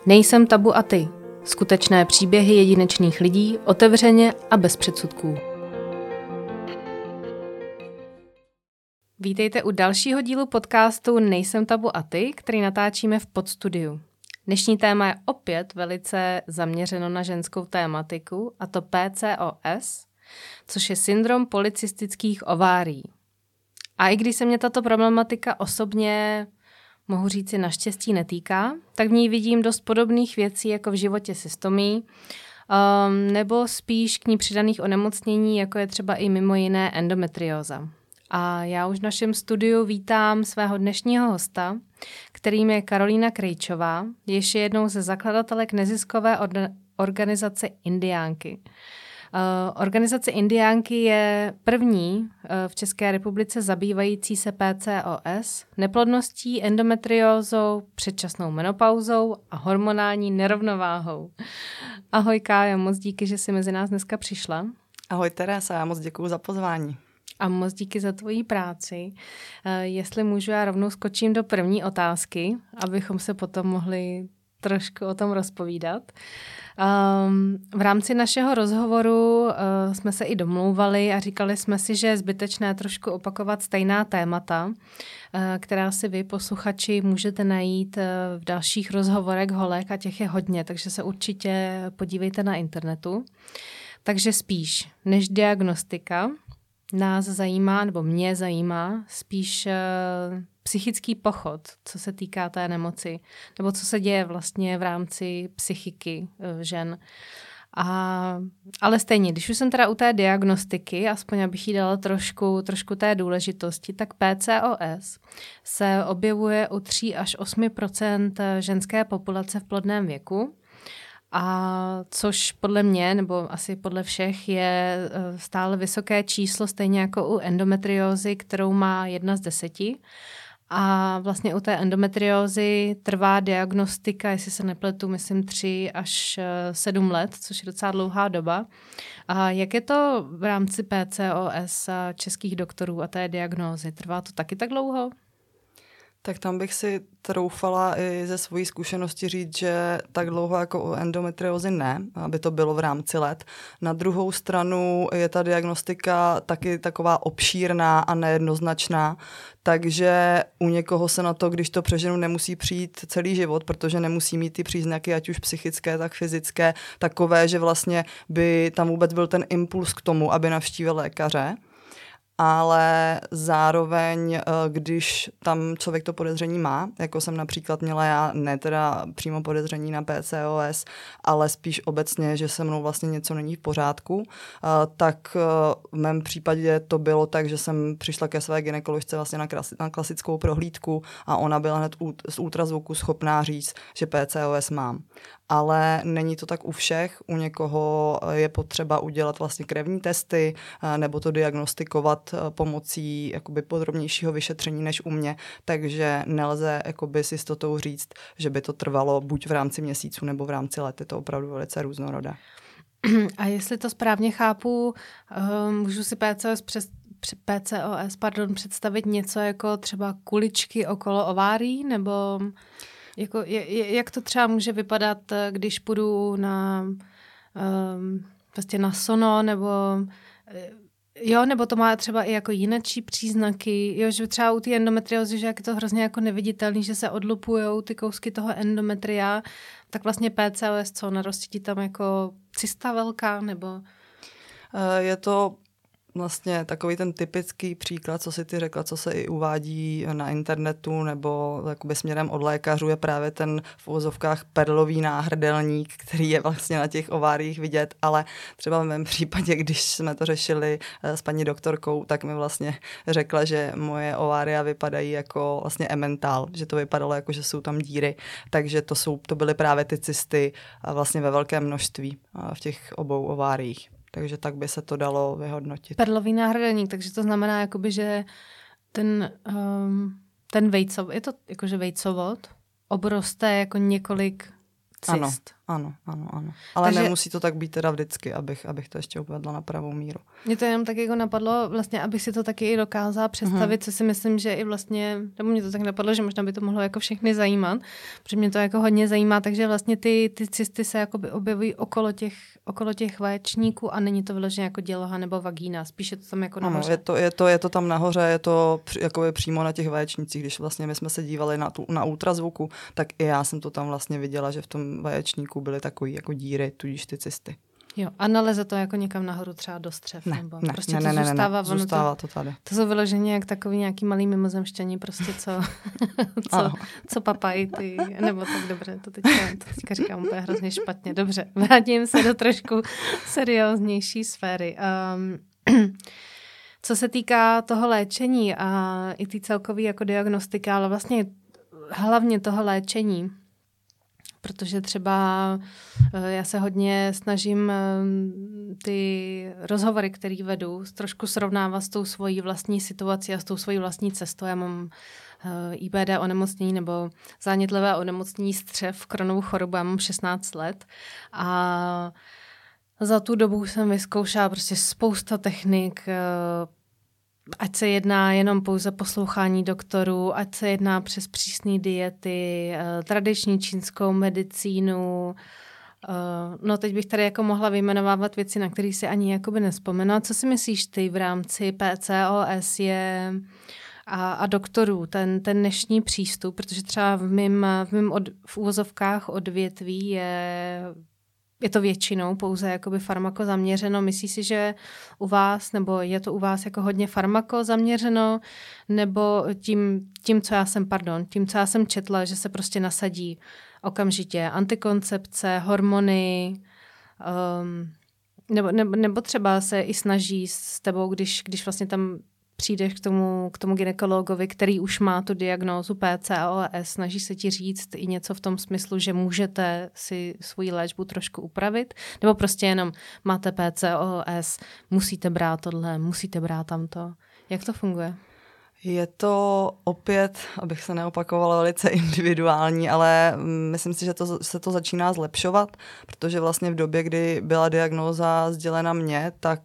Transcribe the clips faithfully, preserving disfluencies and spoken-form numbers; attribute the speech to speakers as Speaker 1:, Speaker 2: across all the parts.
Speaker 1: Nejsem tabu a ty. Skutečné příběhy jedinečných lidí, otevřeně a bez předsudků. Vítejte u dalšího dílu podcastu Nejsem tabu a ty, který natáčíme v Podstudiu. Dnešní téma je opět velice zaměřeno na ženskou tématiku, a to P C O S, což je syndrom polycystických ovárií. A i když se mě tato problematika osobně, mohu říci, naštěstí netýká, tak v ní vidím dost podobných věcí jako v životě systomí, um, nebo spíš k ní přidaných onemocnění, jako je třeba i mimo jiné endometrióza. A já už v našem studiu vítám svého dnešního hosta, kterým je Karolína Krejčová, ještě jednou ze zakladatelek neziskové or- organizace Indiánky. Uh, organizace Indiánky je první uh, v České republice zabývající se P C O S, neplodností, endometriózou, předčasnou menopauzou a hormonální nerovnováhou. Ahoj Kájo, moc díky, že jsi mezi nás dneska přišla.
Speaker 2: Ahoj Teresa, já moc děkuju za pozvání.
Speaker 1: A moc díky za tvoji práci. Uh, jestli můžu, já rovnou skočím do první otázky, abychom se potom mohli trošku o tom rozpovídat. Um, v rámci našeho rozhovoru uh, jsme se i domlouvali a říkali jsme si, že je zbytečné trošku opakovat stejná témata, uh, která si vy, posluchači, můžete najít uh, v dalších rozhovorech holek, a těch je hodně, takže se určitě podívejte na internetu. Takže spíš než diagnostika nás zajímá, nebo mě zajímá, spíš uh, psychický pochod, co se týká té nemoci, nebo co se děje vlastně v rámci psychiky uh, žen. A, ale stejně, když už jsem teda u té diagnostiky, aspoň abych jí dala trošku, trošku té důležitosti, tak P C O S se objevuje u tři až osm procent ženské populace v plodném věku. A což podle mě, nebo asi podle všech, je stále vysoké číslo, stejně jako u endometriózy, kterou má jedna z deseti. A vlastně u té endometriózy trvá diagnostika, jestli se nepletu, myslím tři až sedm let, což je docela dlouhá doba. A jak je to v rámci P C O S českých doktorů a té diagnózy? Trvá to taky tak dlouho?
Speaker 2: Tak tam bych si troufala i ze svojí zkušenosti říct, že tak dlouho jako u endometriózy ne, aby to bylo v rámci let. Na druhou stranu je ta diagnostika taky taková obšírná a nejednoznačná, takže u někoho se na to, když to přeženu, nemusí přijít celý život, protože nemusí mít ty příznaky, ať už psychické, tak fyzické, takové, že vlastně by tam vůbec byl ten impuls k tomu, aby navštívil lékaře. Ale zároveň, když tam člověk to podezření má, jako jsem například měla já, ne teda přímo podezření na P C O S, ale spíš obecně, že se mnou vlastně něco není v pořádku, tak v mém případě to bylo tak, že jsem přišla ke své gynekoložce vlastně na klasickou prohlídku a ona byla hned z ultrazvuku schopná říct, že P C O S mám. Ale není to tak u všech, u někoho je potřeba udělat vlastně krevní testy nebo to diagnostikovat pomocí jakoby podrobnějšího vyšetření než u mě, takže nelze jakoby s jistotou říct, že by to trvalo buď v rámci měsíců nebo v rámci let, je to opravdu velice různorodé.
Speaker 1: A jestli to správně chápu, můžu si P C O S přes P C O S, pardon, představit něco jako třeba kuličky okolo ovárií, nebo jako, jak to třeba může vypadat, když půjdu na um, vlastně na sono, nebo jo, nebo to má třeba i jako jináčí příznaky, jo, že třeba u té endometriózy, že jak je to hrozně jako neviditelný, že se odlupujou ty kousky toho endometria, tak vlastně P C O S, co narostí ti tam jako cysta velká, nebo?
Speaker 2: Je to vlastně takový ten typický příklad, co si ty řekla, co se i uvádí na internetu nebo jakoby směrem od lékařů, je právě ten v uvozovkách perlový náhrdelník, který je vlastně na těch ováriích vidět, ale třeba v mém případě, když jsme to řešili s paní doktorkou, tak mi vlastně řekla, že moje ovária vypadají jako vlastně emmentál, že to vypadalo jako, že jsou tam díry, takže to, jsou, to byly právě ty cysty vlastně ve velkém množství v těch obou ováriích. Takže tak by se to dalo vyhodnotit.
Speaker 1: Perlový náhrdelník, takže to znamená, jakoby, že ten, um, ten vejcovod, je to jakože vejcovod, obroste jako několik cyst.
Speaker 2: Ano, Ano, ano, ano. Ale
Speaker 1: Takže
Speaker 2: nemusí to tak být teda vždycky, abych, abych to ještě uvedla na pravou míru.
Speaker 1: Mě to jenom tak jako napadlo, vlastně, abych si to taky i dokázala představit, mm-hmm. co si myslím, že i vlastně, nebo mě to tak napadlo, že možná by to mohlo jako všechny zajímat, protože mě to jako hodně zajímá, takže vlastně ty, ty cysty se jakoby objevují okolo těch, okolo těch vaječníků a není to vyloženě jako děloha nebo vagína, spíš je to tam jako nahoře.
Speaker 2: Ano, je to, je to, je to tam nahoře, je to při, jakoby přímo na těch vaječnících, když vlastně my jsme se dívali na, tu, na ultrazvuku, tak i já jsem to tam vlastně viděla, že v tom vaječníku byly takový jako díry, tudíž ty cysty.
Speaker 1: Jo, a naleze to jako někam nahoru třeba do střev?
Speaker 2: Ne,
Speaker 1: nebo
Speaker 2: ne,
Speaker 1: prostě
Speaker 2: ne,
Speaker 1: to
Speaker 2: ne, ne,
Speaker 1: zůstává,
Speaker 2: ne, zůstává to, to tady.
Speaker 1: To jsou vyloženě jak takový nějaký malý mimozemšťani, prostě co, co, co papají ty, nebo tak dobře, to teďka, to teďka říkám úplně hrozně špatně. Dobře, vrátím se do trošku serióznější sféry. Um, co se týká toho léčení a i ty celkové jako diagnostiky, ale vlastně hlavně toho léčení, protože třeba já se hodně snažím ty rozhovory, které vedu, trošku srovnávat s tou svojí vlastní situací a s tou svojí vlastní cestou. Já mám I B D onemocnění nebo zánětlivé onemocnění střev, Crohnovu chorobu, já mám šestnáct let a za tu dobu jsem vyzkoušela prostě spousta technik, ať se jedná jenom pouze poslouchání doktorů, ať se jedná přes přísné diety, tradiční čínskou medicínu. No teď bych tady jako mohla vyjmenovávat věci, na které si ani jakoby nespomenu. Co si myslíš ty v rámci P C O S je a, a doktorů, ten, ten dnešní přístup, protože třeba v mým, v mým od, v úvozovkách odvětví je... Je to většinou pouze jakoby farmako zaměřeno. Myslíš si, že u vás, nebo je to u vás jako hodně farmako zaměřeno, nebo tím, tím, co já jsem, pardon, tím, co já jsem četla, že se prostě nasadí okamžitě antikoncepce, hormony, um, nebo, nebo, nebo třeba se i snaží s tebou, když, když vlastně tam přijdeš k tomu, k tomu gynekologovi, který už má tu diagnózu P C O S, snaží se ti říct i něco v tom smyslu, že můžete si svoji léčbu trošku upravit, nebo prostě jenom máte P C O S, musíte brát tohle, musíte brát tamto. Jak to funguje?
Speaker 2: Je to opět, abych se neopakovala, velice individuální, ale myslím si, že to, se to začíná zlepšovat, protože vlastně v době, kdy byla diagnóza sdělena mně, tak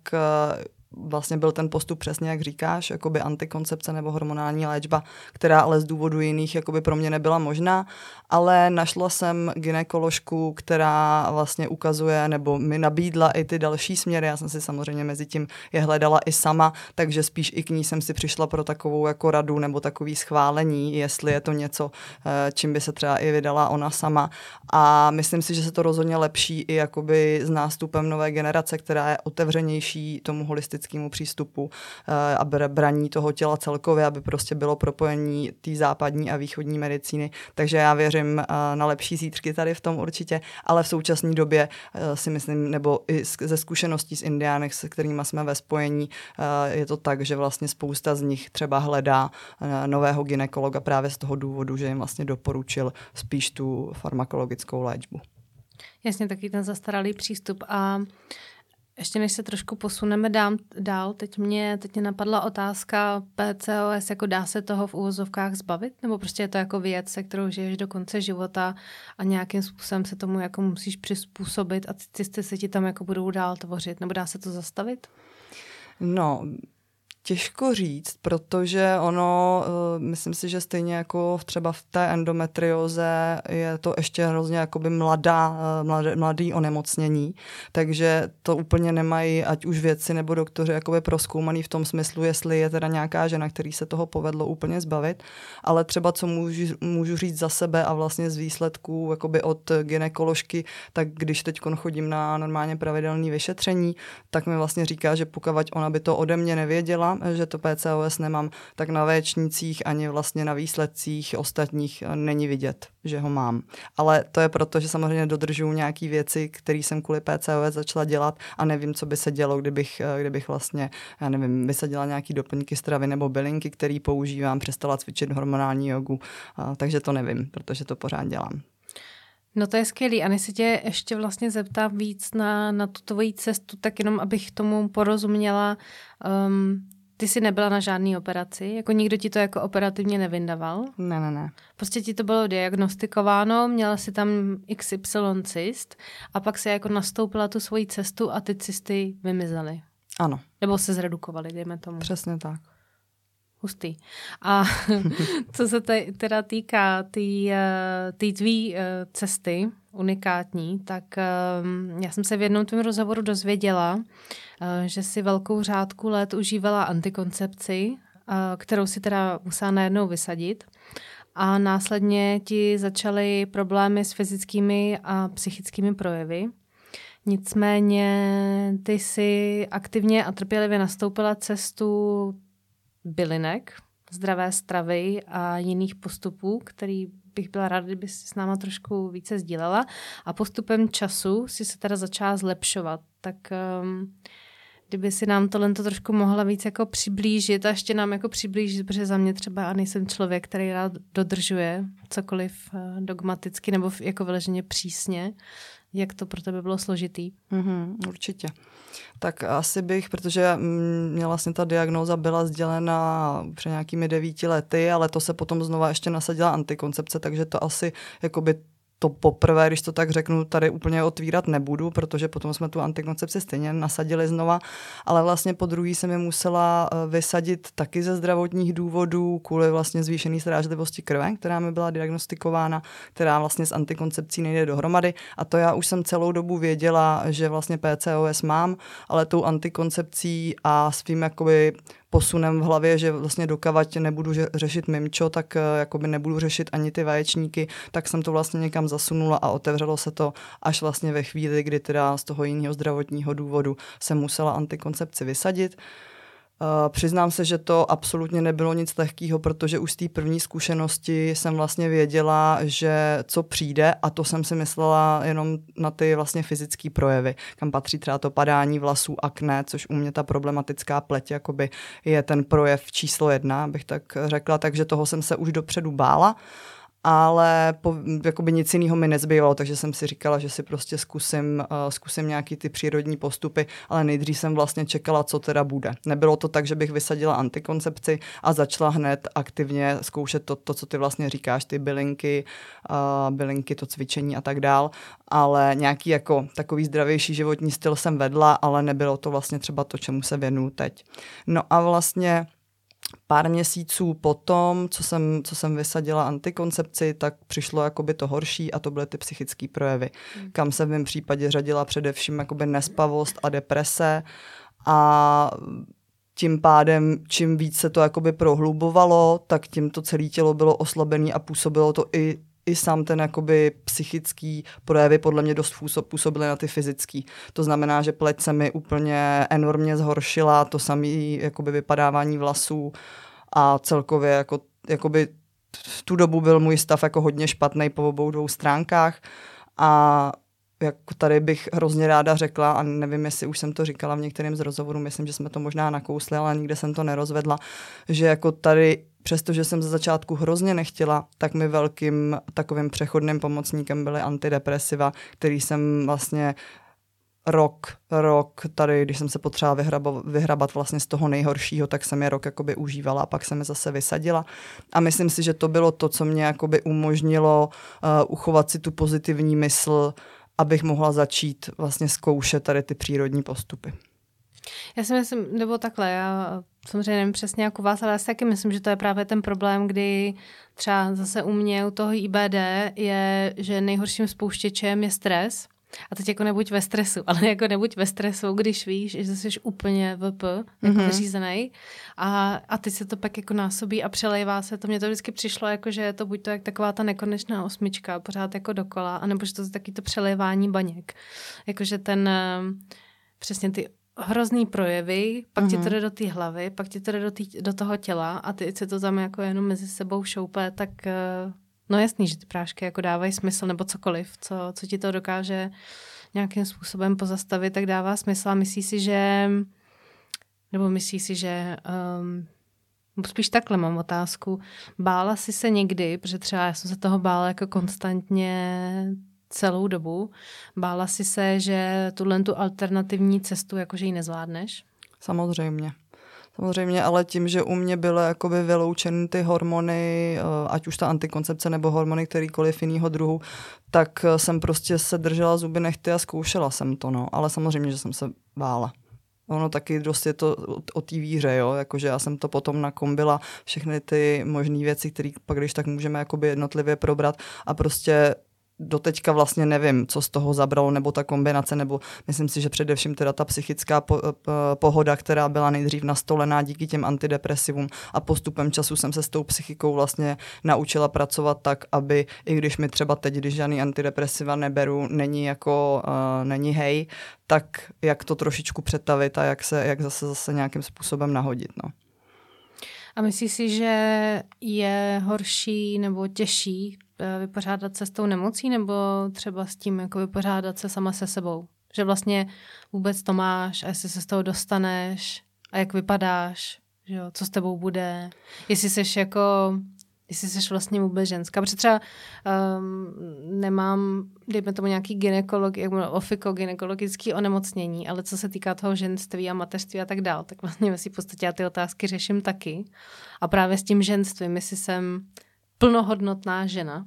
Speaker 2: vlastně byl ten postup přesně, jak říkáš, jakoby antikoncepce nebo hormonální léčba, která ale z důvodu jiných jakoby pro mě nebyla možná, ale našla jsem gynekoložku, která vlastně ukazuje nebo mi nabídla i ty další směry. Já jsem si samozřejmě mezi tím je hledala i sama, takže spíš i k ní jsem si přišla pro takovou jako radu nebo takový schválení, jestli je to něco, čím by se třeba i vydala ona sama. A myslím si, že se to rozhodně lepší i jakoby s nástupem nové generace, která je otevřenější tomu holistickému přístupu a braní toho těla celkově, aby prostě bylo propojení té západní a východní medicíny. Takže já věřím na lepší zítřky tady v tom určitě, ale v současné době si myslím, nebo i ze zkušeností s Indiánek, se kterými jsme ve spojení, je to tak, že vlastně spousta z nich třeba hledá nového gynekologa právě z toho důvodu, že jim vlastně doporučil spíš tu farmakologickou léčbu.
Speaker 1: Jasně, taky ten zastaralý přístup. A ještě než se trošku posuneme dám, dál, teď mě, teď mě napadla otázka P C O S, jako dá se toho v úvozovkách zbavit? Nebo prostě je to jako věc, se kterou žiješ do konce života a nějakým způsobem se tomu jako musíš přizpůsobit a ty cysty se ti tam jako budou dál tvořit? Nebo dá se to zastavit?
Speaker 2: No... Těžko říct, protože ono, myslím si, že stejně jako třeba v té endometrióze je to ještě hrozně jakoby mladá, mladé, mladý onemocnění, takže to úplně nemají ať už vědci nebo doktoři jakoby prozkoumaný v tom smyslu, jestli je teda nějaká žena, který se toho povedlo úplně zbavit, ale třeba co můžu, můžu říct za sebe a vlastně z výsledků jakoby od gynekoložky, tak když teď chodím na normálně pravidelné vyšetření, tak mi vlastně říká, že pokud ona by to ode mě nevěděla, že to P C O S nemám, tak na véčnicích ani vlastně na výsledcích ostatních není vidět, že ho mám. Ale to je proto, že samozřejmě dodržuju nějaké věci, které jsem kvůli P C O S začala dělat a nevím, co by se dělo, kdybych, kdybych vlastně, já nevím, vysadila nějaké doplňky stravy nebo bylinky, které používám, přestala cvičit hormonální jogu, takže to nevím, protože to pořád dělám.
Speaker 1: No to je skvělý. A než se tě ještě vlastně zeptám víc na, na tu tvoji cestu, tak jenom abych tomu porozuměla. Um, ty jsi nebyla na žádný operaci? Jako nikdo ti to jako operativně nevyndaval?
Speaker 2: Ne, ne, ne.
Speaker 1: Prostě ti to bylo diagnostikováno, měla si tam iks ypsilon cyst a pak si jako nastoupila tu svoji cestu a ty cysty vymizely.
Speaker 2: Ano.
Speaker 1: Nebo se zredukovaly, dejme tomu.
Speaker 2: Přesně tak.
Speaker 1: Hustý. A co se te, teda týká té tý, tý tvý cesty, unikátní, tak já jsem se v jednom tvém rozhovoru dozvěděla, že si velkou řádku let užívala antikoncepci, kterou si teda musela najednou vysadit. A následně ti začaly problémy s fyzickými a psychickými projevy. Nicméně ty si aktivně a trpělivě nastoupila cestu bylinek, zdravé stravy a jiných postupů, který bych byla ráda, kdyby si s náma trošku více sdílela. A postupem času si se teda začala zlepšovat. Tak um, kdyby si nám tohle to trošku mohla víc jako přiblížit a ještě nám jako přiblížit, protože za mě třeba já nejsem člověk, který rád dodržuje cokoliv uh, dogmaticky nebo jako vyloženě přísně. Jak to pro tebe bylo složitý?
Speaker 2: Mm-hmm, určitě. Tak asi bych, protože mě vlastně ta diagnóza byla sdělena před nějakými devíti lety, ale to se potom znova ještě nasadila antikoncepce, takže to asi jakoby to poprvé, když to tak řeknu, tady úplně otvírat nebudu, protože potom jsme tu antikoncepci stejně nasadili znova, ale vlastně po druhý jsem je musela vysadit taky ze zdravotních důvodů kvůli vlastně zvýšené srážlivosti krve, která mi byla diagnostikována, která vlastně s antikoncepcí nejde dohromady a to já už jsem celou dobu věděla, že vlastně P C O S mám, ale tou antikoncepcí a svým jakoby posunem v hlavě, že vlastně dokavať nebudu řešit mimčo, tak jakoby nebudu řešit ani ty vaječníky, tak jsem to vlastně někam zasunula a otevřelo se to až vlastně ve chvíli, kdy teda z toho jiného zdravotního důvodu jsem musela antikoncepci vysadit. Uh, přiznám se, že to absolutně nebylo nic lehkého, protože už z té první zkušenosti jsem vlastně věděla, že co přijde a to jsem si myslela jenom na ty vlastně fyzické projevy, kam patří třeba to padání vlasů, akné, což u mě ta problematická pleť jakoby je ten projev číslo jedna, bych tak řekla, takže toho jsem se už dopředu bála. Ale po, jakoby nic jiného mi nezbývalo, takže jsem si říkala, že si prostě zkusím, uh, zkusím nějaký ty přírodní postupy, ale nejdřív jsem vlastně čekala, co teda bude. Nebylo to tak, že bych vysadila antikoncepci a začala hned aktivně zkoušet to, to co ty vlastně říkáš, ty bylinky, uh, bylinky, to cvičení a tak dál, ale nějaký jako takový zdravější životní styl jsem vedla, ale nebylo to vlastně třeba to, čemu se věnuju teď. No a vlastně pár měsíců potom, co jsem, co jsem vysadila antikoncepci, tak přišlo jakoby to horší a to byly ty psychické projevy, hmm. kam se v mém případě řadila především jakoby nespavost a deprese a tím pádem, čím víc se to jakoby prohlubovalo, tak tím to celé tělo bylo oslabené a působilo to i i sám ten jakoby psychický projevy podle mě dost působily na ty fyzický. To znamená, že pleť se mi úplně enormně zhoršila, to samé jakoby vypadávání vlasů a celkově jako, jakoby v tu dobu byl můj stav jako hodně špatný po obou dvou stránkách a jako tady bych hrozně ráda řekla, a nevím, jestli už jsem to říkala v některém z rozhovorů, myslím, že jsme to možná nakousli, ale nikde jsem to nerozvedla, že jako tady, přestože jsem ze začátku hrozně nechtěla, tak mi velkým takovým přechodným pomocníkem byly antidepresiva, který jsem vlastně rok, rok tady, když jsem se potřebovala vyhrabat, vyhrabat vlastně z toho nejhoršího, tak jsem je rok jakoby užívala a pak jsem je zase vysadila. A myslím si, že to bylo to, co mě jakoby umožnilo uh, uchovat si tu pozitivní mysl, abych mohla začít vlastně zkoušet tady ty přírodní postupy.
Speaker 1: Já si myslím, nebo takhle, já samozřejmě nevím přesně jako vás, ale já si taky myslím, že to je právě ten problém, kdy třeba zase u mě, u toho I B D je, že nejhorším spouštěčem je stres. A teď jako nebuď ve stresu, ale jako nebuď ve stresu, když víš, že jsi úplně V P, jako mm-hmm. vyřízený. A, a teď se to pak jako násobí a přelejvá se. To mně to vždycky přišlo, jako, že je to buď to jak taková ta nekonečná osmička, pořád jako dokola, anebo že to je taky to přelejvání baněk. Jakože ten, přesně ty hrozný projevy, pak mm-hmm. ti to jde do té hlavy, pak ti to jde do, tý, do toho těla a ty se to tam jako jenom mezi sebou šoupe, tak no jasný, že ty prášky jako dávají smysl nebo cokoliv, co, co ti to dokáže nějakým způsobem pozastavit, tak dává smysl a myslí si, že nebo myslí si, že um, spíš takhle mám otázku. Bála jsi se někdy, protože třeba já jsem se toho bála jako konstantně celou dobu, bála jsi se, že tuhle tu alternativní cestu, jakože ji nezvládneš?
Speaker 2: Samozřejmě. Samozřejmě, ale tím, že u mě byly jakoby vyloučeny ty hormony, ať už ta antikoncepce nebo hormony kterýkoliv jinýho druhu, tak jsem prostě se držela zuby nehty a zkoušela jsem to, no. Ale samozřejmě, že jsem se bála. Ono taky dost je to o té víře, jo, jakože já jsem to potom nakombila všechny ty možné věci, které pak když tak můžeme jakoby jednotlivě probrat a prostě doteďka vlastně nevím, co z toho zabralo, nebo ta kombinace, nebo myslím si, že především teda ta psychická po, pohoda, která byla nejdřív nastolená díky těm antidepresivům a postupem času jsem se s tou psychikou vlastně naučila pracovat tak, aby i když mi třeba teď, když žádný antidepresiva neberu, není jako, uh, není hej, tak jak to trošičku přetavit a jak se, jak zase zase nějakým způsobem nahodit, no.
Speaker 1: A myslíš si, že je horší nebo těžší vypořádat se s tou nemocí nebo třeba s tím jako vypořádat se sama se sebou? Že vlastně vůbec to máš a jestli se z toho dostaneš a jak vypadáš, že jo, co s tebou bude, jestli seš jako, jestli seš vlastně vůbec ženská. Protože třeba um, nemám, dejme tomu nějaký gynekolog, jak mluvím, ofiko, gynekologický onemocnění, ale co se týká toho ženství a mateřství a tak dál, tak vlastně v podstatě já ty otázky řeším taky. A právě s tím ženstvím, jestli jsem plnohodnotná žena,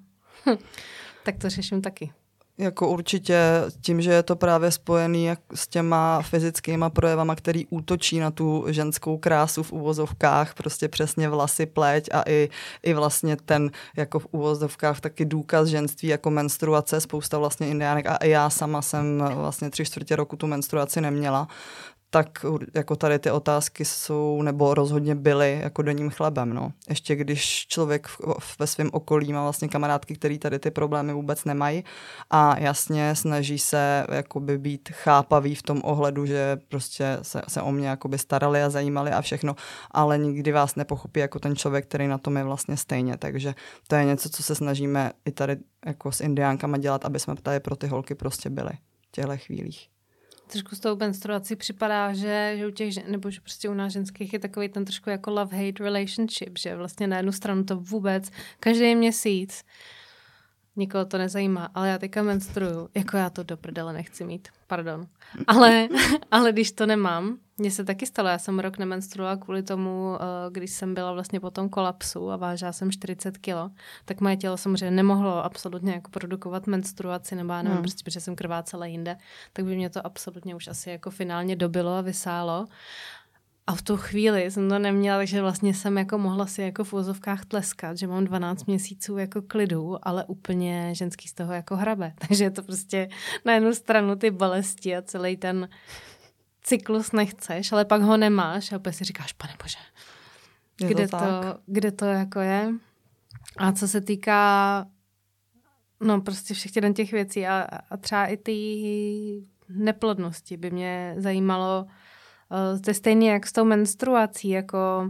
Speaker 1: tak to řeším taky.
Speaker 2: Jako určitě tím, že je to právě spojený jak s těma fyzickýma projevama, který útočí na tu ženskou krásu v uvozovkách, prostě přesně vlasy, pleť a i, i vlastně ten jako v uvozovkách taky důkaz ženství jako menstruace, spousta vlastně indiánek a i já sama jsem vlastně tři čtvrtě roku tu menstruaci neměla, tak jako tady ty otázky jsou, nebo rozhodně byly jako denním chlebem, no. Ještě když člověk v, ve svém okolí má vlastně kamarádky, který tady ty problémy vůbec nemají a jasně snaží se jakoby být chápavý v tom ohledu, že prostě se, se o mě jakoby starali a zajímali a všechno, ale nikdy vás nepochopí jako ten člověk, který na tom je vlastně stejně, takže to je něco, co se snažíme i tady jako s indiánkama dělat, aby jsme tady pro ty holky prostě byli v těchto chvílích.
Speaker 1: Trošku s tou menstruací připadá, že, že u těch žen, nebo že prostě u nás ženských je takový ten trošku jako love-hate relationship, že vlastně na jednu stranu to vůbec každý měsíc nikoho to nezajímá, ale já teďka menstruju, jako já to do prdele nechci mít, pardon. Ale, ale když to nemám, mně se taky stalo, já jsem rok nemenstruovala kvůli tomu, když jsem byla vlastně po tom kolapsu a vážila jsem čtyřicet kilo, tak moje tělo samozřejmě nemohlo absolutně jako produkovat menstruaci, nebo já nevím, hmm. prostě, protože jsem krvácela jinde, tak by mě to absolutně už asi jako finálně dobilo a vysálo. A v tu chvíli jsem to neměla, takže vlastně jsem jako mohla si jako v úzovkách tleskat, že mám dvanáct měsíců jako klidu, ale úplně ženský z toho jako hrabe. Takže je to prostě na jednu stranu ty bolesti a celý ten cyklus nechceš, ale pak ho nemáš a opět si říkáš, pane bože, kde to, to, kde to jako je. A co se týká no prostě všech těch věcí a, a třeba i ty neplodnosti by mě zajímalo. To je stejně jak s tou menstruací, jako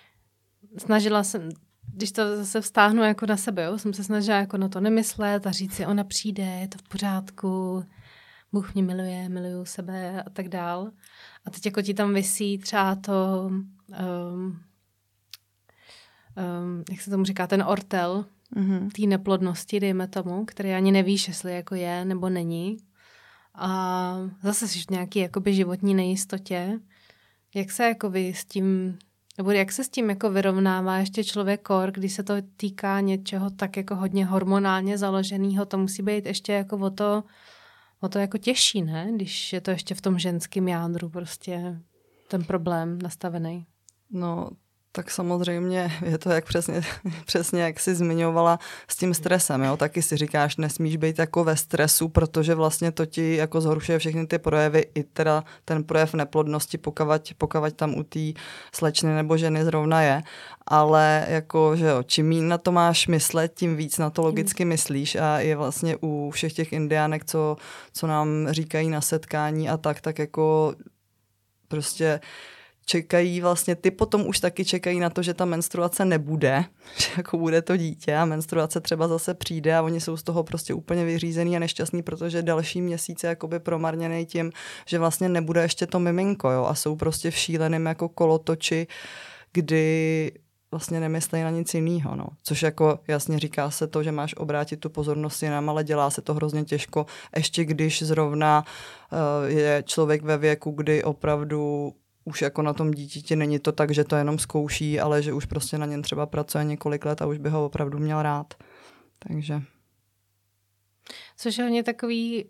Speaker 1: snažila jsem, když to zase vztáhnu jako na sebe, jo, jsem se snažila jako na to nemyslet a říct si, ona přijde, je to v pořádku, Bůh mě miluje, miluju sebe a tak dál. A teď jako ti tam visí třeba to, um, um, jak se tomu říká, ten ortel mm-hmm. té neplodnosti, dejme tomu, který ani nevíš, jestli jako je nebo není. A zase jsi v nějaké jakoby životní nejistotě. Jak se jako vy s tím, nebo jak se s tím jako vyrovnává ještě člověk kor, když se to týká něčeho tak jako hodně hormonálně založeného, to musí být ještě jako o to, o to jako těžší, ne? Když je to ještě v tom ženském jádru prostě ten problém nastavený.
Speaker 2: No, tak samozřejmě je to jak přesně, přesně jak jsi zmiňovala s tím stresem, jo? Taky si říkáš, nesmíš být jako ve stresu, protože vlastně to ti jako zhoršuje všechny ty projevy, i teda ten projev neplodnosti, pokavať, pokavať tam u té slečny nebo ženy zrovna je, ale jako, že jo, čím méně na to máš myslet, tím víc na to logicky myslíš a je vlastně u všech těch indiánek, co, co nám říkají na setkání a tak, tak jako prostě čekají vlastně, ty potom už taky čekají na to, že ta menstruace nebude, že jako bude to dítě a menstruace třeba zase přijde a oni jsou z toho prostě úplně vyřízený a nešťastný, protože další měsíc je jakoby promarněný tím, že vlastně nebude ještě to miminko, jo, a jsou prostě v šíleném jako kolotoči, kdy vlastně nemyslejí na nic jinýho, no. Což jako jasně říká se to, že máš obrátit tu pozornost jinam, ale dělá se to hrozně těžko, ještě když zrovna uh, je člověk ve věku, kdy opravdu už jako na tom dítěti není to tak, že to jenom zkouší, ale že už prostě na něm třeba pracuje několik let a už by ho opravdu měl rád. Takže.
Speaker 1: Což je hodně takový,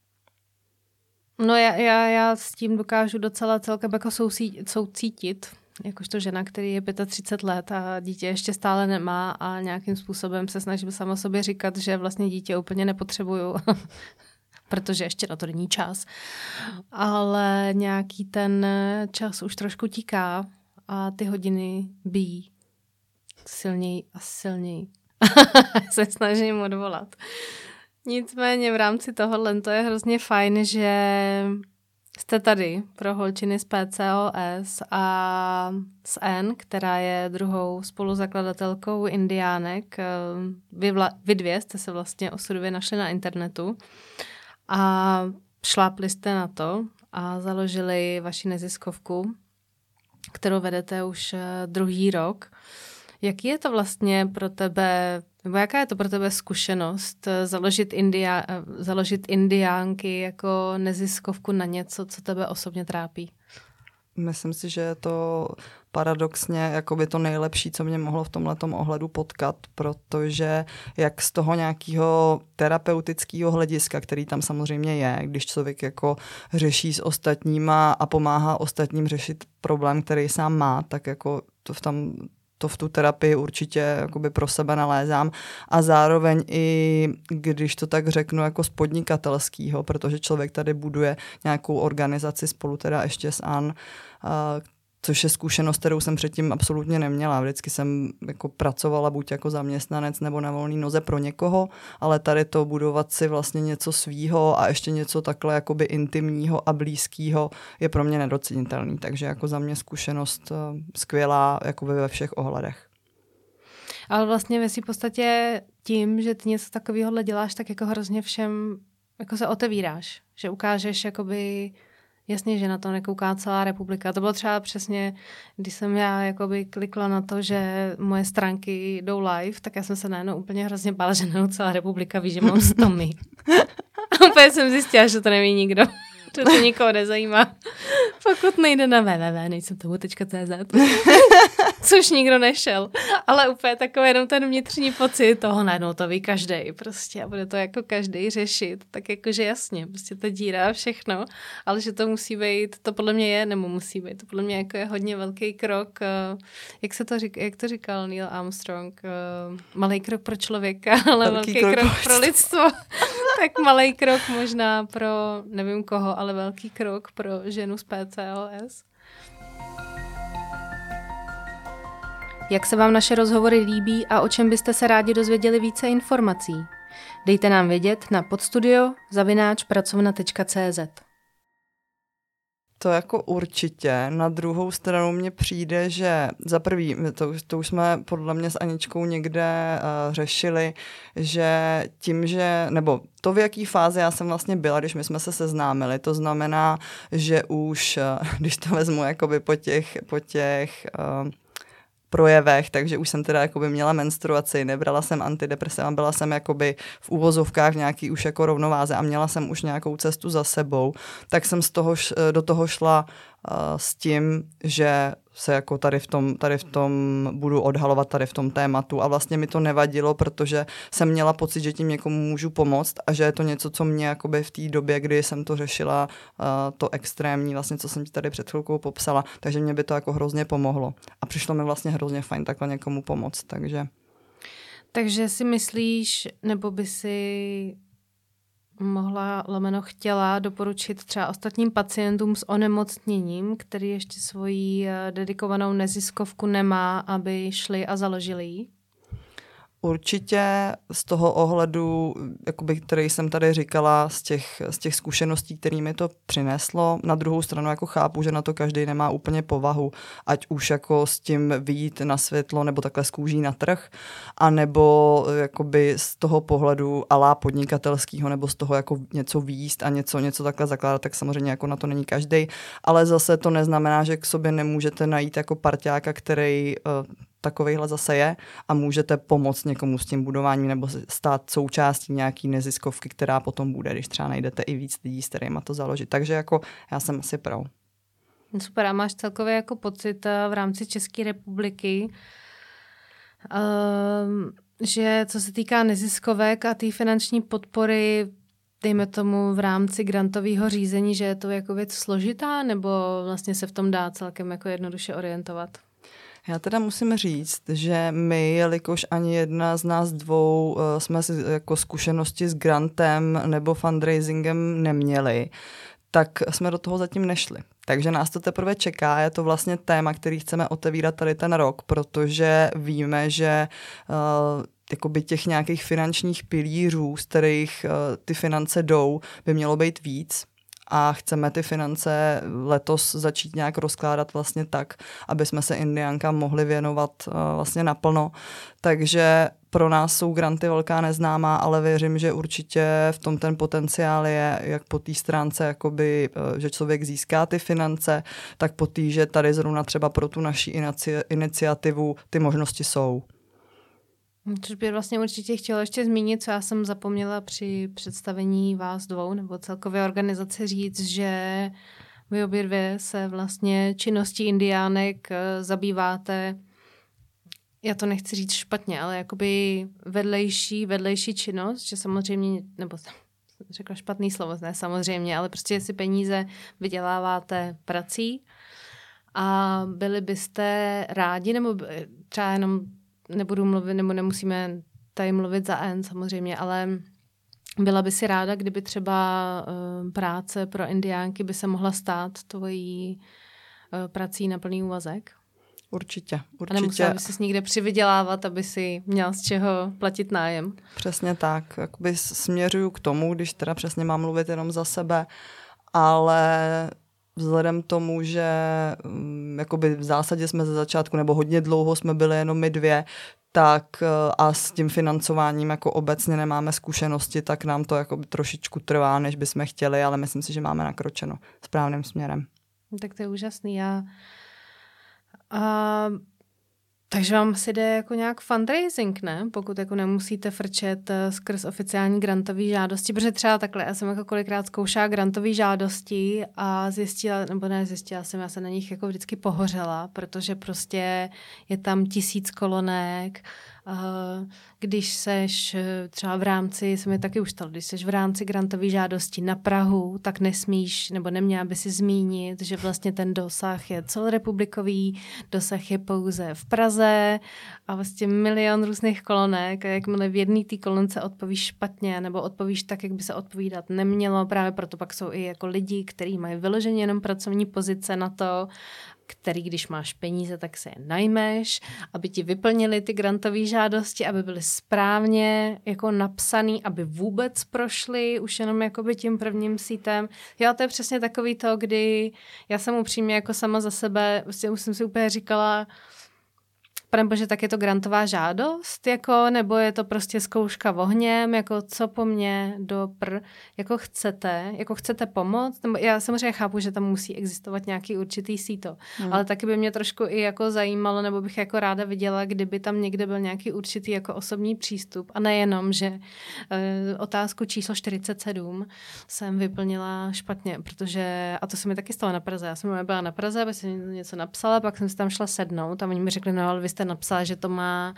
Speaker 1: no já, já, já s tím dokážu docela celkem jako sousí, soucítit, jakožto žena, který je třicet pět let a dítě ještě stále nemá a nějakým způsobem se snažím sama sobě říkat, že vlastně dítě úplně nepotřebuju, protože ještě na to není čas. Ale nějaký ten čas už trošku tíká a ty hodiny bijí silněji a silněji. Se snažím odvolat. Nicméně v rámci tohohle to je hrozně fajn, že jste tady pro holčiny z P C O S a s N, která je druhou spoluzakladatelkou Indiánek. Vy, vla, vy dvě jste se vlastně osudově našli na internetu a šlápli jste na to a založili vaši neziskovku, kterou vedete už druhý rok. Jaký je to vlastně pro tebe, nebo jaká je to pro tebe zkušenost založit, India, založit Indiánky jako neziskovku na něco, co tebe osobně trápí?
Speaker 2: Myslím si, že je to paradoxně jakoby to nejlepší, co mě mohlo v tomhletom ohledu potkat, protože jak z toho nějakého terapeutického hlediska, který tam samozřejmě je, když člověk jako řeší s ostatníma a pomáhá ostatním řešit problém, který sám má, tak jako to v tam to v tu terapii určitě jakoby pro sebe nalézám a zároveň i, když to tak řeknu, jako z podnikatelského, protože člověk tady buduje nějakou organizaci spolu teda ještě s An, což je zkušenost, kterou jsem předtím absolutně neměla. Vždycky jsem jako pracovala buď jako zaměstnanec nebo na volný noze pro někoho, ale tady to budovat si vlastně něco svýho a ještě něco takhle jakoby intimního a blízkého je pro mě nedocenitelný. Takže jako za mě zkušenost skvělá jakoby ve všech ohledech.
Speaker 1: Ale vlastně ve svý podstatě tím, že ty něco takového děláš, tak jako hrozně všem jako se otevíráš. Že ukážeš jakoby jasně, že na to nekouká celá republika. To bylo třeba přesně, když jsem já jakoby klikla na to, že moje stránky jdou live, tak já jsem se najednou úplně hrozně bála, že najednou celá republika ví, že mám stomy. A úplně jsem zjistila, že to neví nikdo. Že to nikoho nezajímá. Pokud nejde na w w w tečka nejsem tomu tečka c z. Což nikdo nešel. Ale úplně takový jenom ten vnitřní pocit toho, najednou to ví každej prostě a bude to jako každej řešit. Tak jakože jasně, prostě ta díra všechno, ale že to musí být, to podle mě je, nebo musí být, to podle mě jako je hodně velký krok. Jak se to říká, jak to říkal Neil Armstrong? Malý krok pro člověka, ale velký, velký krok, krok pro lidstvo. Tak malý krok možná pro nevím koho, ale velký krok pro ženu z P C O S. Jak se vám naše rozhovory líbí a o čem byste se rádi dozvěděli více informací? Dejte nám vědět na podstudio zavináč pracovna tečka c z.
Speaker 2: To jako určitě. Na druhou stranu mně přijde, že za prvý, to, to už jsme podle mě s Aničkou někde uh, řešili, že tím, že, nebo to, v jaký fázi já jsem vlastně byla, když my jsme se seznámili, to znamená, že už, uh, když to vezmu jakoby po těch, po těch uh, projevech, takže už jsem teda jakoby měla menstruaci, nebrala jsem antidepresiva, byla jsem jakoby v uvozovkách nějaký už jako rovnováze a měla jsem už nějakou cestu za sebou, tak jsem z toho, do toho šla uh, s tím, že se jako tady v tom, tady v tom budu odhalovat tady v tom tématu a vlastně mi to nevadilo, protože jsem měla pocit, že tím někomu můžu pomoct a že je to něco, co mě jakoby v té době, kdy jsem to řešila, uh, to extrémní, vlastně, co jsem ti tady před chvilkou popsala, takže mě by to jako hrozně pomohlo. A přišlo mi vlastně hrozně fajn takhle někomu pomoct, takže.
Speaker 1: Takže si myslíš, nebo by si mohla, lomeno chtěla doporučit třeba ostatním pacientům s onemocněním, který ještě svoji dedikovanou neziskovku nemá, aby šli a založili ji?
Speaker 2: Určitě z toho ohledu, jakoby, který jsem tady říkala, z těch, z těch zkušeností, které mi to přineslo. Na druhou stranu jako chápu, že na to každý nemá úplně povahu, ať už jako s tím vyjít na světlo, nebo takhle z kůží na trh, anebo jakoby z toho pohledu alá podnikatelského, nebo z toho jako něco výjíst a něco, něco takhle zakládat, tak samozřejmě jako na to není každý. Ale zase to neznamená, že k sobě nemůžete najít jako parťáka, který uh, takovejhle zase je a můžete pomoct někomu s tím budováním nebo stát součástí nějaký neziskovky, která potom bude, když třeba najdete i víc lidí, s kterýma to založit. Takže jako já jsem asi pro.
Speaker 1: Super, a máš celkově jako pocit v rámci České republiky, um, že co se týká neziskovek a té finanční podpory, dejme tomu v rámci grantového řízení, že je to jako věc složitá, nebo vlastně se v tom dá celkem jako jednoduše orientovat?
Speaker 2: Já teda musím říct, že my, jelikož ani jedna z nás dvou uh, jsme si jako zkušenosti s grantem nebo fundraisingem neměli, tak jsme do toho zatím nešli. Takže nás to teprve čeká, je to vlastně téma, který chceme otevírat tady ten rok, protože víme, že uh, jakoby těch nějakých finančních pilířů, z kterých uh, ty finance jdou, by mělo být víc. A chceme ty finance letos začít nějak rozkládat vlastně tak, aby jsme se indiánkám mohli věnovat uh, vlastně naplno. Takže pro nás jsou granty velká neznámá, ale věřím, že určitě v tom ten potenciál je, jak po té stránce, jakoby, uh, že člověk získá ty finance, tak po té, že tady zrovna třeba pro tu naši inici- iniciativu ty možnosti jsou.
Speaker 1: Což by vlastně určitě chtěla ještě zmínit, co já jsem zapomněla při představení vás dvou, nebo celkově organizace říct, že vy obě dvě se vlastně činností indiánek zabýváte, já to nechci říct špatně, ale jakoby vedlejší, vedlejší činnost, že samozřejmě, nebo řekla špatný slovo, ne samozřejmě, ale prostě si peníze vyděláváte prací a byli byste rádi, nebo třeba jenom nebudu mluvit, nebo nemusíme tady mluvit za N samozřejmě, ale byla by si ráda, kdyby třeba uh, práce pro indiánky by se mohla stát tvojí uh, prací na plný úvazek?
Speaker 2: Určitě, určitě.
Speaker 1: A nemusela by si někde přivydělávat, aby si měla z čeho platit nájem?
Speaker 2: Přesně tak. Jakoby směřuju k tomu, když teda přesně mám mluvit jenom za sebe, ale vzhledem tomu, že um, jakoby v zásadě jsme ze začátku, nebo hodně dlouho jsme byli jenom my dvě, tak uh, a s tím financováním jako obecně nemáme zkušenosti, tak nám to jakoby trošičku trvá, než bychom chtěli, ale myslím si, že máme nakročeno správným směrem.
Speaker 1: Tak to je úžasný. Já... A... Takže vám si jde jako nějak fundraising, ne? Pokud jako nemusíte frčet skrz oficiální grantové žádosti, protože třeba takhle, já jsem jako kolikrát zkoušela grantové žádosti a zjistila, nebo ne zjistila jsem, já jsem na nich jako vždycky pohořela, protože prostě je tam tisíc kolonek, když seš třeba v rámci, se mi taky už stalo, když seš v rámci grantové žádosti na Prahu, tak nesmíš, nebo neměla by si zmínit, že vlastně ten dosah je celorepublikový, dosah je pouze v Praze a vlastně milion různých kolonek a jakmile v jedné té kolonce odpovíš špatně nebo odpovíš tak, jak by se odpovídat nemělo, právě proto pak jsou i jako lidi, kteří mají vyloženě jenom pracovní pozice na to, který, když máš peníze, tak se je najmeš, aby ti vyplnili ty grantové žádosti, aby byly správně jako napsaný, aby vůbec prošly už jenom jakoby tím prvním sítem. Já to je přesně takový to, kdy já jsem upřímně jako sama za sebe, vlastně už jsem si úplně říkala, panebože, tak je to grantová žádost, jako, nebo je to prostě zkouška ohněm, jako co po mně do pr, jako chcete, jako chcete pomoct, nebo já samozřejmě chápu, že tam musí existovat nějaký určitý síto, hmm. ale taky by mě trošku i jako zajímalo, nebo bych jako ráda viděla, kdyby tam někde byl nějaký určitý jako osobní přístup a nejenom, že uh, otázku číslo čtyřicet sedm jsem vyplnila špatně, protože, a to se mi taky stalo na Praze, já jsem byla na Praze, aby jsem něco napsala, pak jsem si tam šla sednout a oni mi řekli, no ale vy jste napsala, že to má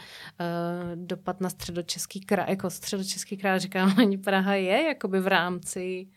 Speaker 1: uh, dopad na Středočeský kraj, jako Středočeský kraj, říkám, ani Praha je jakoby v rámci,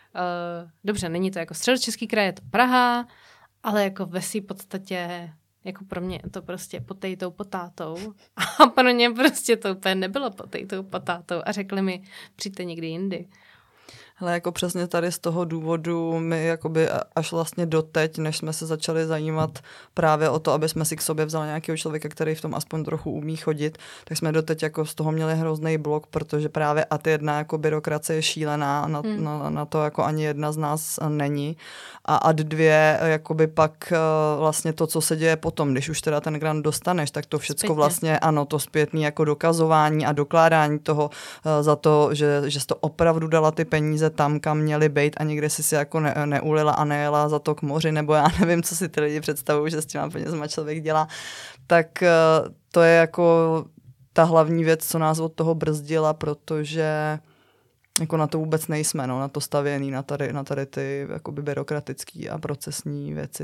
Speaker 1: uh, dobře, není to jako Středočeský kraj, je to Praha, ale jako ve své podstatě, jako pro mě to prostě potejtou potátou a pro ně prostě to úplně nebylo potejtou potátou a řekli mi, přijďte někdy jindy.
Speaker 2: Ale jako přesně tady z toho důvodu my jakoby až vlastně doteď, než jsme se začali zajímat právě o to, aby jsme si k sobě vzali nějakého člověka, který v tom aspoň trochu umí chodit, tak jsme doteď jako z toho měli hrozný blok, protože právě a ty jedna jako byrokracie je šílená a na, hmm. na, na to jako ani jedna z nás není. A ad dvě, jakoby pak vlastně to, co se děje potom, když už teda ten grant dostaneš, tak to všecko Zpětně. vlastně, ano, to zpětný jako dokazování a dokládání toho za to, že, že jsi to opravdu dala ty peníze tam, kam měli bejt a někde si si jako ne, neulila a nejela za to k moři, nebo já nevím, co si ty lidi představují, že s těma penězma člověk dělá, tak to je jako ta hlavní věc, co nás od toho brzdila, protože jako na to vůbec nejsme, no, na to stavěný, na tady, na tady ty jakoby byrokratický a procesní věci.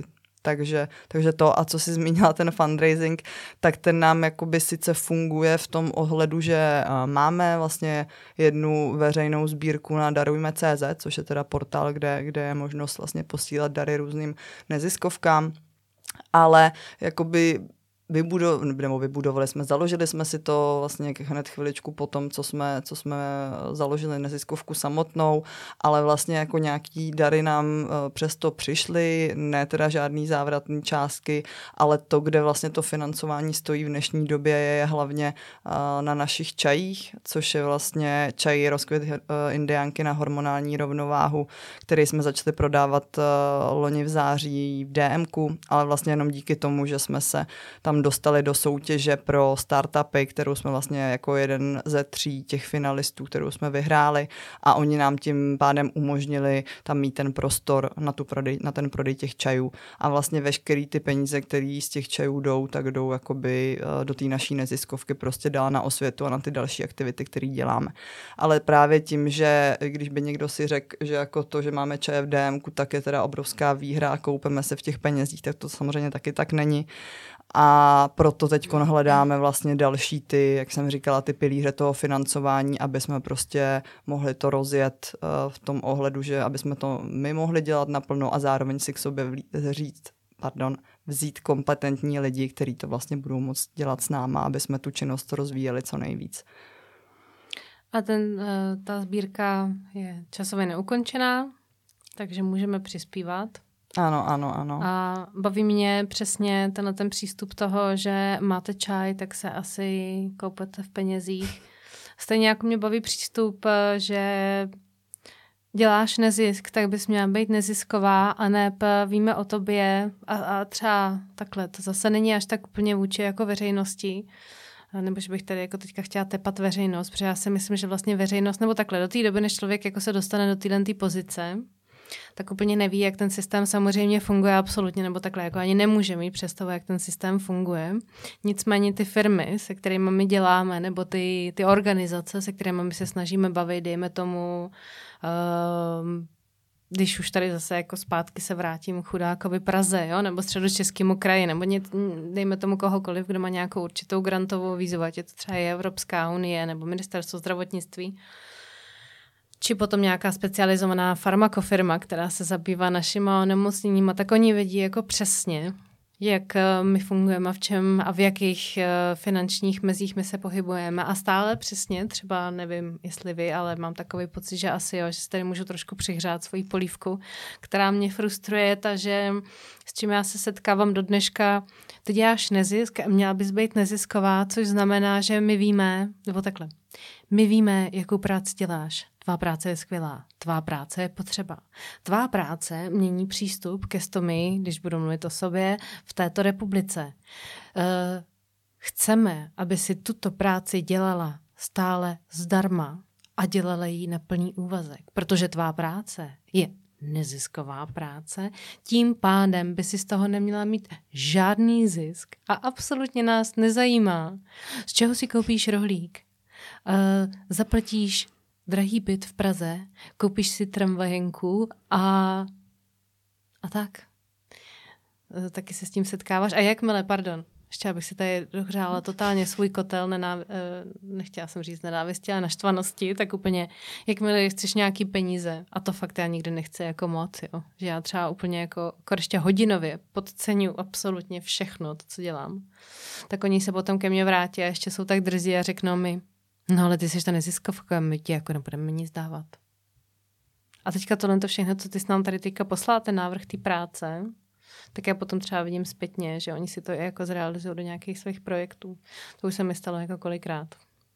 Speaker 2: Takže, takže to, a co jsi zmínila, ten fundraising, tak ten nám jakoby sice funguje v tom ohledu, že uh, máme vlastně jednu veřejnou sbírku na darujme tečka cé zet, což je teda portál, kde, kde je možnost vlastně posílat dary různým neziskovkám, ale jakoby Vybudo, nebo vybudovali jsme, založili jsme si to vlastně hned chviličku po tom, co jsme, co jsme založili neziskovku samotnou, ale vlastně jako nějaký dary nám přesto přišly, ne teda žádný závratný částky, ale to, kde vlastně to financování stojí v dnešní době, je hlavně na našich čajích, což je vlastně čaj Rozkvět indiánky na hormonální rovnováhu, který jsme začali prodávat loni v září v dé emku, ale vlastně jenom díky tomu, že jsme se tam dostali do soutěže pro startupy, kterou jsme vlastně jako jeden ze tří těch finalistů, kterou jsme vyhráli, a oni nám tím pádem umožnili tam mít ten prostor na, tu prodej, na ten prodej těch čajů. A vlastně veškerý ty peníze, které z těch čajů jdou, tak jdou jakoby do té naší neziskovky prostě dál na osvětu a na ty další aktivity, které děláme. Ale právě tím, že když by někdo si řekl, že jako to, že máme čaje v dé emku, tak je teda obrovská výhra a koupíme se v těch penězích, tak to samozřejmě taky tak není. A proto teď hledáme vlastně další ty, jak jsem říkala, ty pilíře toho financování, aby jsme prostě mohli to rozjet uh, v tom ohledu, že aby jsme to my mohli dělat naplno a zároveň si k sobě vlí- říct, pardon, vzít kompetentní lidi, kteří to vlastně budou moct dělat s náma, aby jsme tu činnost rozvíjeli co nejvíc.
Speaker 1: A ten, ta sbírka je časově neukončená, takže můžeme přispívat.
Speaker 2: Ano, ano, ano.
Speaker 1: A baví mě přesně tenhle ten přístup toho, že máte čaj, tak se asi koupete v penězích. Stejně jako mě baví přístup, že děláš nezisk, tak bys měla být nezisková, a ne víme o tobě a, a třeba takhle. To zase není až tak úplně vůči jako veřejnosti. Nebo že bych tady jako teďka chtěla tepat veřejnost, protože já si myslím, že vlastně veřejnost, nebo takhle, do té doby, než člověk jako se dostane do této pozice, tak úplně neví, jak ten systém samozřejmě funguje absolutně, nebo takhle, jako ani nemůže mít představu, jak ten systém funguje. Nicméně ty firmy, se kterými my děláme, nebo ty, ty organizace, se kterými my se snažíme bavit, dejme tomu, uh, když už tady zase jako zpátky se vrátím k chudákovi Praze, jo, nebo středočeskému kraji, nebo ně, dejme tomu kohokoliv, kdo má nějakou určitou grantovou výzvu, ať je to třeba je Evropská unie, nebo Ministerstvo zdravotnictví, či potom nějaká specializovaná farmakofirma, která se zabývá našima onemocněníma, tak oni vidí jako přesně, jak my fungujeme, v čem a v jakých finančních mezích my se pohybujeme. A stále přesně, třeba nevím, jestli vy, ale mám takový pocit, že asi jo, že si tady můžu trošku přihřát svoji polívku, která mě frustruje, takže s čím já se setkávám do dneška, ty děláš nezisk a měla bys být nezisková, což znamená, že my víme, nebo takhle, my víme, jakou práci děláš. Tvá práce je skvělá, tvá práce je potřeba. Tvá práce mění přístup ke stomy, když budu mluvit o sobě, v této republice. Uh, chceme, aby si tuto práci dělala stále zdarma a dělala ji na plný úvazek, protože tvá práce je nezisková práce, tím pádem by si z toho neměla mít žádný zisk a absolutně nás nezajímá, z čeho si koupíš rohlík. Uh, zaplatíš drahý byt v Praze, koupíš si tramvajenku a, a tak. Taky se s tím setkáváš. A jakmile, pardon, ještě abych si tady dohřála totálně svůj kotel, nenáv, nechtěla jsem říct nenávisti, ale naštvanosti, tak úplně, jakmile chceš nějaký peníze, a to fakt já nikdy nechci jako moc, jo. Že já třeba úplně jako ještě hodinově podceňuji absolutně všechno, to, co dělám. Tak oni se potom ke mně vrátí a ještě jsou tak drzí a řeknou mi, no ale ty jsi ta neziskovka, my ti jako nebudeme nic dávat. A teďka tohle to všechno, co ty jsi nám tady teďka poslala, ten návrh té práce, tak já potom třeba vidím zpětně, že oni si to jako zrealizují do nějakých svých projektů. To už se mi stalo jako kolikrát.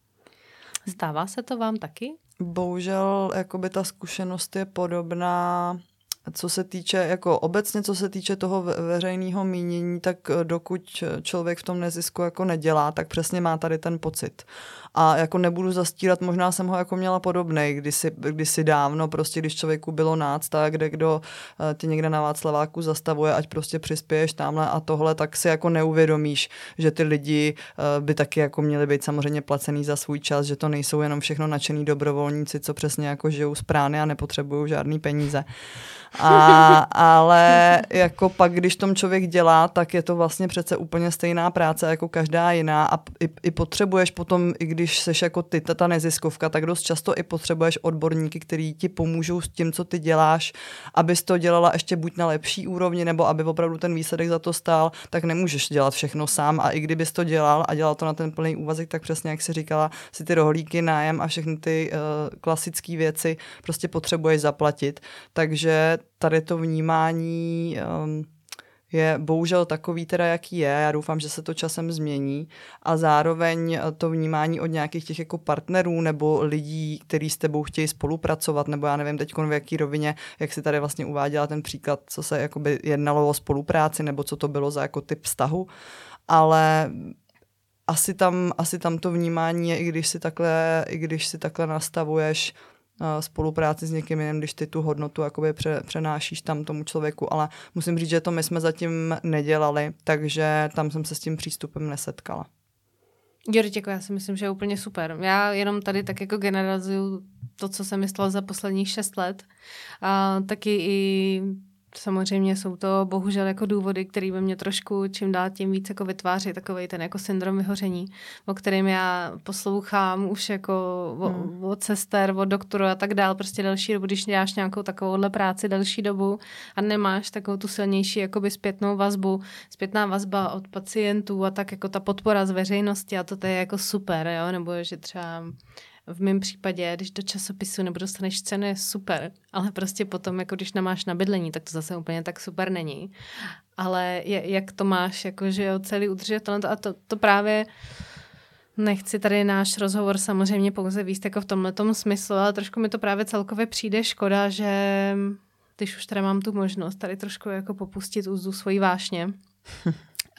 Speaker 1: Stává se to vám taky?
Speaker 2: Bohužel, jakoby ta zkušenost je podobná, co se týče, jako obecně, co se týče toho veřejného mínění, tak dokud člověk v tom nezisku jako nedělá, tak přesně má tady ten pocit. A jako nebudu zastírat, možná jsem ho jako měla podobnej, kdysi, kdysi dávno, prostě když člověku bylo nácta, kde kdo tě někde na Václaváku zastavuje, ať prostě přispěješ tamhle a tohle, tak si jako neuvědomíš, že ty lidi by taky jako měli být samozřejmě placený za svůj čas, že to nejsou jenom všechno nadšený dobrovolníci, co přesně jako žijou z prány a nepotřebují žádný peníze. A, ale jako pak, když tom člověk dělá, tak je to vlastně přece úplně stejná práce jako každá jiná a i, i potřebuješ potom, i když seš jako ty, ta neziskovka, tak dost často i potřebuješ odborníky, který ti pomůžou s tím, co ty děláš, abys to dělala ještě buď na lepší úrovni, nebo aby opravdu ten výsledek za to stál, tak nemůžeš dělat všechno sám a i kdybys to dělal a dělal to na ten plný úvazek, tak přesně jak jsi říkala, si ty rohlíky, nájem a všechny ty uh, klasické věci prostě potřebuješ zaplatit. Takže tady to vnímání um, je bohužel takový teda, jaký je. Já doufám, že se to časem změní a zároveň to vnímání od nějakých těch jako partnerů nebo lidí, kteří s tebou chtějí spolupracovat, nebo já nevím teď v jaký rovině, jak si tady vlastně uváděla ten příklad, co se jakoby jednalo o spolupráci, nebo co to bylo za jako typ vztahu, ale asi tam, asi tam to vnímání je, i když si takhle, i když si takhle nastavuješ spolupráci s někým jiným, když ty tu hodnotu jakoby pře, přenášíš tam tomu člověku, ale musím říct, že to my jsme zatím nedělali, takže tam jsem se s tím přístupem nesetkala.
Speaker 1: Děkuji, děkuji, já si myslím, že je úplně super. Já jenom tady tak jako generalizuju to, co jsem myslela za posledních šest let. A taky i samozřejmě jsou to bohužel jako důvody, které by mě trošku čím dál tím víc jako vytváří takovej ten jako syndrom vyhoření, o kterém já poslouchám už jako hmm. od sester, od doktoru a tak dál, prostě další dobu, když děláš nějakou takovouhle práci další dobu a nemáš takovou tu silnější jakoby zpětnou vazbu, zpětná vazba od pacientů a tak jako ta podpora z veřejnosti a to, to je jako super, jo, nebo že třeba v mém případě, když do časopisu nebo dostaneš cenu, je super, ale prostě potom, jako když nemáš na bydlení, tak to zase úplně tak super není. Ale je, jak to máš, jakože jo, celý udržet talent a to, to právě nechci tady náš rozhovor samozřejmě pouze víc jako v tomhletom smyslu, ale trošku mi to právě celkově přijde škoda, že když už tady mám tu možnost tady trošku jako popustit úzdu svojí vášně, uh,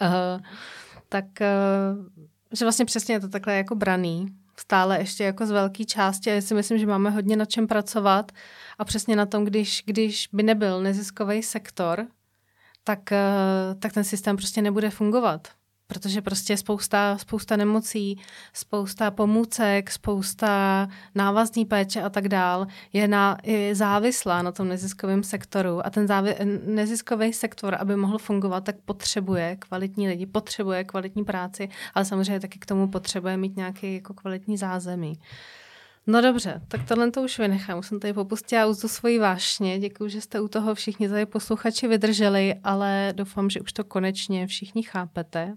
Speaker 1: tak uh, že vlastně přesně je to takhle jako braný, stále ještě jako z velké části a já si myslím, že máme hodně na čem pracovat a přesně na tom, když, když by nebyl neziskový sektor, tak, tak ten systém prostě nebude fungovat. Protože prostě spousta, spousta nemocí, spousta pomůcek, spousta návazní péče a tak dál je, na, je závislá na tom neziskovém sektoru a ten závi, neziskový sektor, aby mohl fungovat, tak potřebuje kvalitní lidi, potřebuje kvalitní práci, ale samozřejmě taky k tomu potřebuje mít nějaký jako kvalitní zázemí. No dobře, tak tohle to už vynechám. Už jsem tady popustila úzdu svojí vášně. Děkuji, že jste u toho všichni tady posluchači vydrželi, ale doufám, že už to konečně všichni chápete.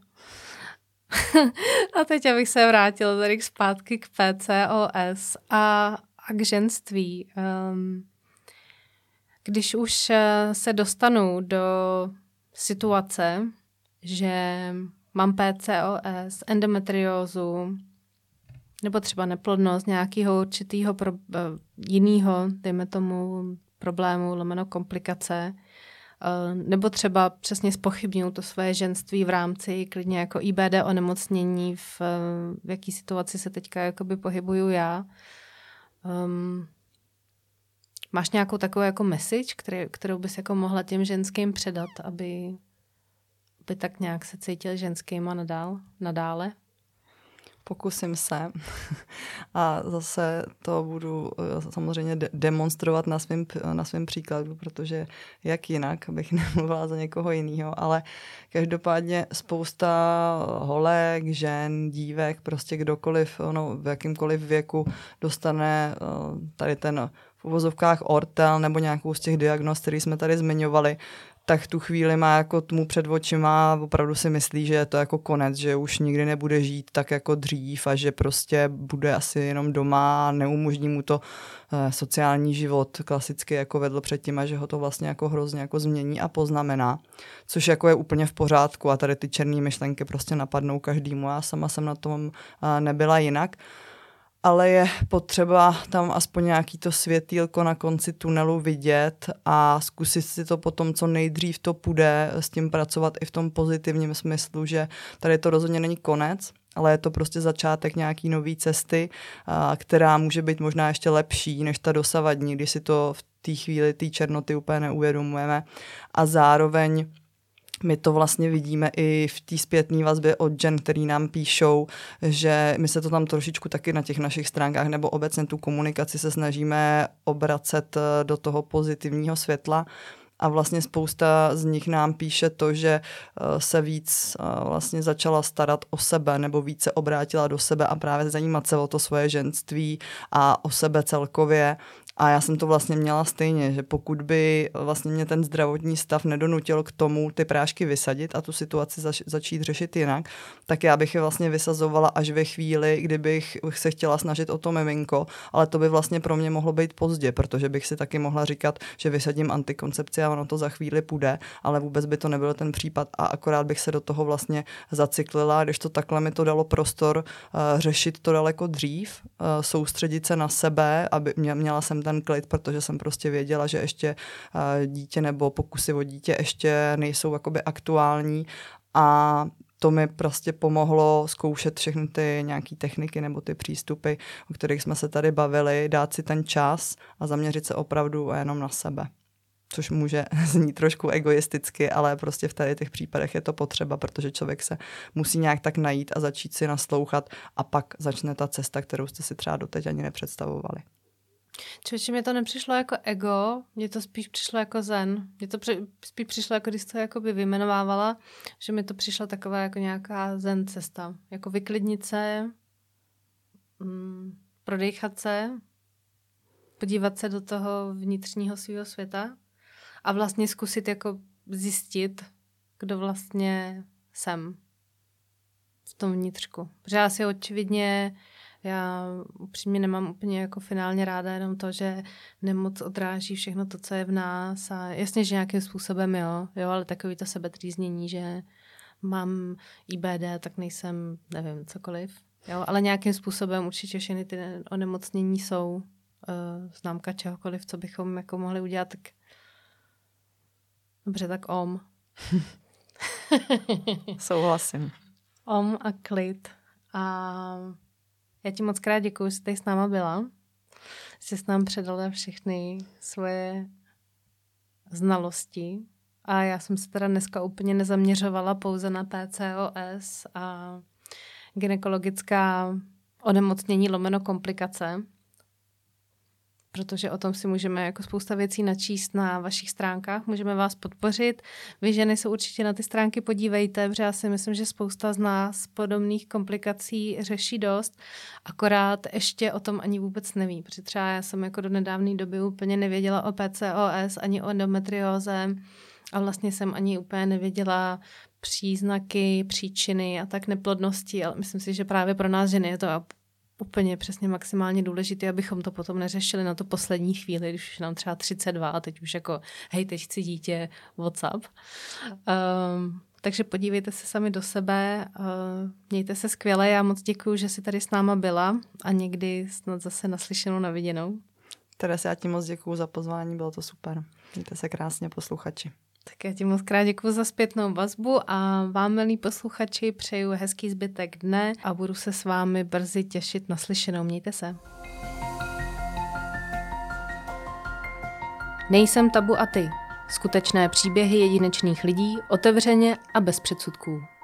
Speaker 1: A teď abych se vrátila tady zpátky k P C O S a, a k ženství. Um, když už se dostanu do situace, že mám P C O S, endometriózu, nebo třeba neplodnost nějakého určitého pro, uh, jiného, dejme tomu, problému, lomeno komplikace, uh, nebo třeba přesně zpochybňuji to své ženství v rámci klidně jako I B D onemocnění, v, uh, v jaký situaci se teďka jakoby pohybuju já. Um, máš nějakou takovou jako message, který, kterou bys jako mohla těm ženským předat, aby, aby tak nějak se cítil ženskýma nadál, nadále?
Speaker 2: Pokusím se a zase to budu samozřejmě de- demonstrovat na svém na svém příkladu, protože jak jinak, abych nemluvila za někoho jiného, ale každopádně spousta holek, žen, dívek, prostě kdokoliv, no, v jakýmkoliv věku dostane tady ten v uvozovkách ortel nebo nějakou z těch diagnóz, který jsme tady zmiňovali, tak tu chvíli má jako tmu před očima a opravdu si myslí, že je to jako konec, že už nikdy nebude žít tak jako dřív a že prostě bude asi jenom doma a neumožní mu to eh, sociální život klasicky jako vedl předtím a že ho to vlastně jako hrozně jako změní a poznamená, což jako je úplně v pořádku a tady ty černé myšlenky prostě napadnou každému. Já sama jsem na tom eh, nebyla jinak. Ale je potřeba tam aspoň nějaký to světýlko na konci tunelu vidět a zkusit si to potom, co nejdřív to půjde, s tím pracovat i v tom pozitivním smyslu, že tady to rozhodně není konec, ale je to prostě začátek nějaký nový cesty, a, která může být možná ještě lepší než ta dosavadní, když si to v té chvíli té černoty úplně neuvědomujeme a zároveň My to vlastně vidíme i v té zpětné vazbě od žen, který nám píšou, že my se to tam trošičku taky na těch našich stránkách nebo obecně tu komunikaci se snažíme obracet do toho pozitivního světla. A vlastně spousta z nich nám píše to, že se víc vlastně začala starat o sebe nebo víc se obrátila do sebe a právě zajímat se o to svoje ženství a o sebe celkově. A já jsem to vlastně měla stejně, že pokud by vlastně mě ten zdravotní stav nedonutil k tomu ty prášky vysadit a tu situaci zač- začít řešit jinak, tak já bych je vlastně vysazovala až ve chvíli, kdybych se chtěla snažit o to miminko, ale to by vlastně pro mě mohlo být pozdě, protože bych si taky mohla říkat, že vysadím antikoncepci a ono to za chvíli půjde, ale vůbec by to nebyl ten případ a akorát bych se do toho vlastně zacyklila, když to takhle mi to dalo prostor uh, řešit to daleko dřív, uh, soustředit se na sebe, aby mě, měla jsem ten klid, protože jsem prostě věděla, že ještě uh, dítě nebo pokusy o dítě ještě nejsou jakoby aktuální a to mi prostě pomohlo zkoušet všechny ty nějaké techniky nebo ty přístupy, o kterých jsme se tady bavili, dát si ten čas a zaměřit se opravdu jenom na sebe. Což může znít trošku egoisticky, ale prostě v tady těch případech je to potřeba, protože člověk se musí nějak tak najít a začít si naslouchat a pak začne ta cesta, kterou jste si třeba doteď ani nepředstavovali.
Speaker 1: Člověče, mě to nepřišlo jako ego, mně to spíš přišlo jako zen. Mně to při, spíš přišlo, jako když to jakoby vyjmenovávala, že mi to přišlo taková jako nějaká zen cesta. Jako vyklidnit se, mm, prodejchat se, podívat se do toho vnitřního svého světa a vlastně zkusit jako zjistit, kdo vlastně jsem v tom vnitřku. Protože já si očividně Já upřímně nemám úplně jako finálně ráda jenom to, že nemoc odráží všechno to, co je v nás a jasně, že nějakým způsobem jo, jo, ale takový to sebetrýznění, že mám I B D, tak nejsem, nevím, cokoliv, jo, ale nějakým způsobem určitě všechny ty onemocnění jsou uh, známka čehokoliv, co bychom jako mohli udělat, tak dobře, tak om.
Speaker 2: Souhlasím.
Speaker 1: Om a klid a já ti moc krát děkuju, že jsi tady s náma byla, že jsi nám předala všechny svoje znalosti a já jsem se teda dneska úplně nezaměřovala pouze na P C O S a gynekologická onemocnění lomeno komplikace, protože o tom si můžeme jako spousta věcí načíst na vašich stránkách, můžeme vás podpořit. Vy ženy se určitě na ty stránky podívejte, protože já si myslím, že spousta z nás podobných komplikací řeší dost, akorát ještě o tom ani vůbec neví, protože třeba já jsem jako do nedávné doby úplně nevěděla o P C O S ani o endometrióze a vlastně jsem ani úplně nevěděla příznaky, příčiny a tak neplodnosti, ale myslím si, že právě pro nás ženy je to úplně přesně maximálně důležité, abychom to potom neřešili na to poslední chvíli, když už nám třeba třicet dva a teď už jako hej, teď chci dítě, WhatsApp. Um, takže podívejte se sami do sebe, uh, mějte se skvěle, já moc děkuju, že jsi tady s náma byla a někdy snad zase naslyšenou, naviděnou.
Speaker 2: Tereso, já ti moc děkuju za pozvání, bylo to super. Mějte se krásně, posluchači.
Speaker 1: Tak já ti moc krát děkuju za zpětnou vazbu a vám, milí posluchači, přeju hezký zbytek dne a budu se s vámi brzy těšit na slyšenou. Mějte se. Nejsem tabu a ty. Skutečné příběhy jedinečných lidí, otevřeně a bez předsudků.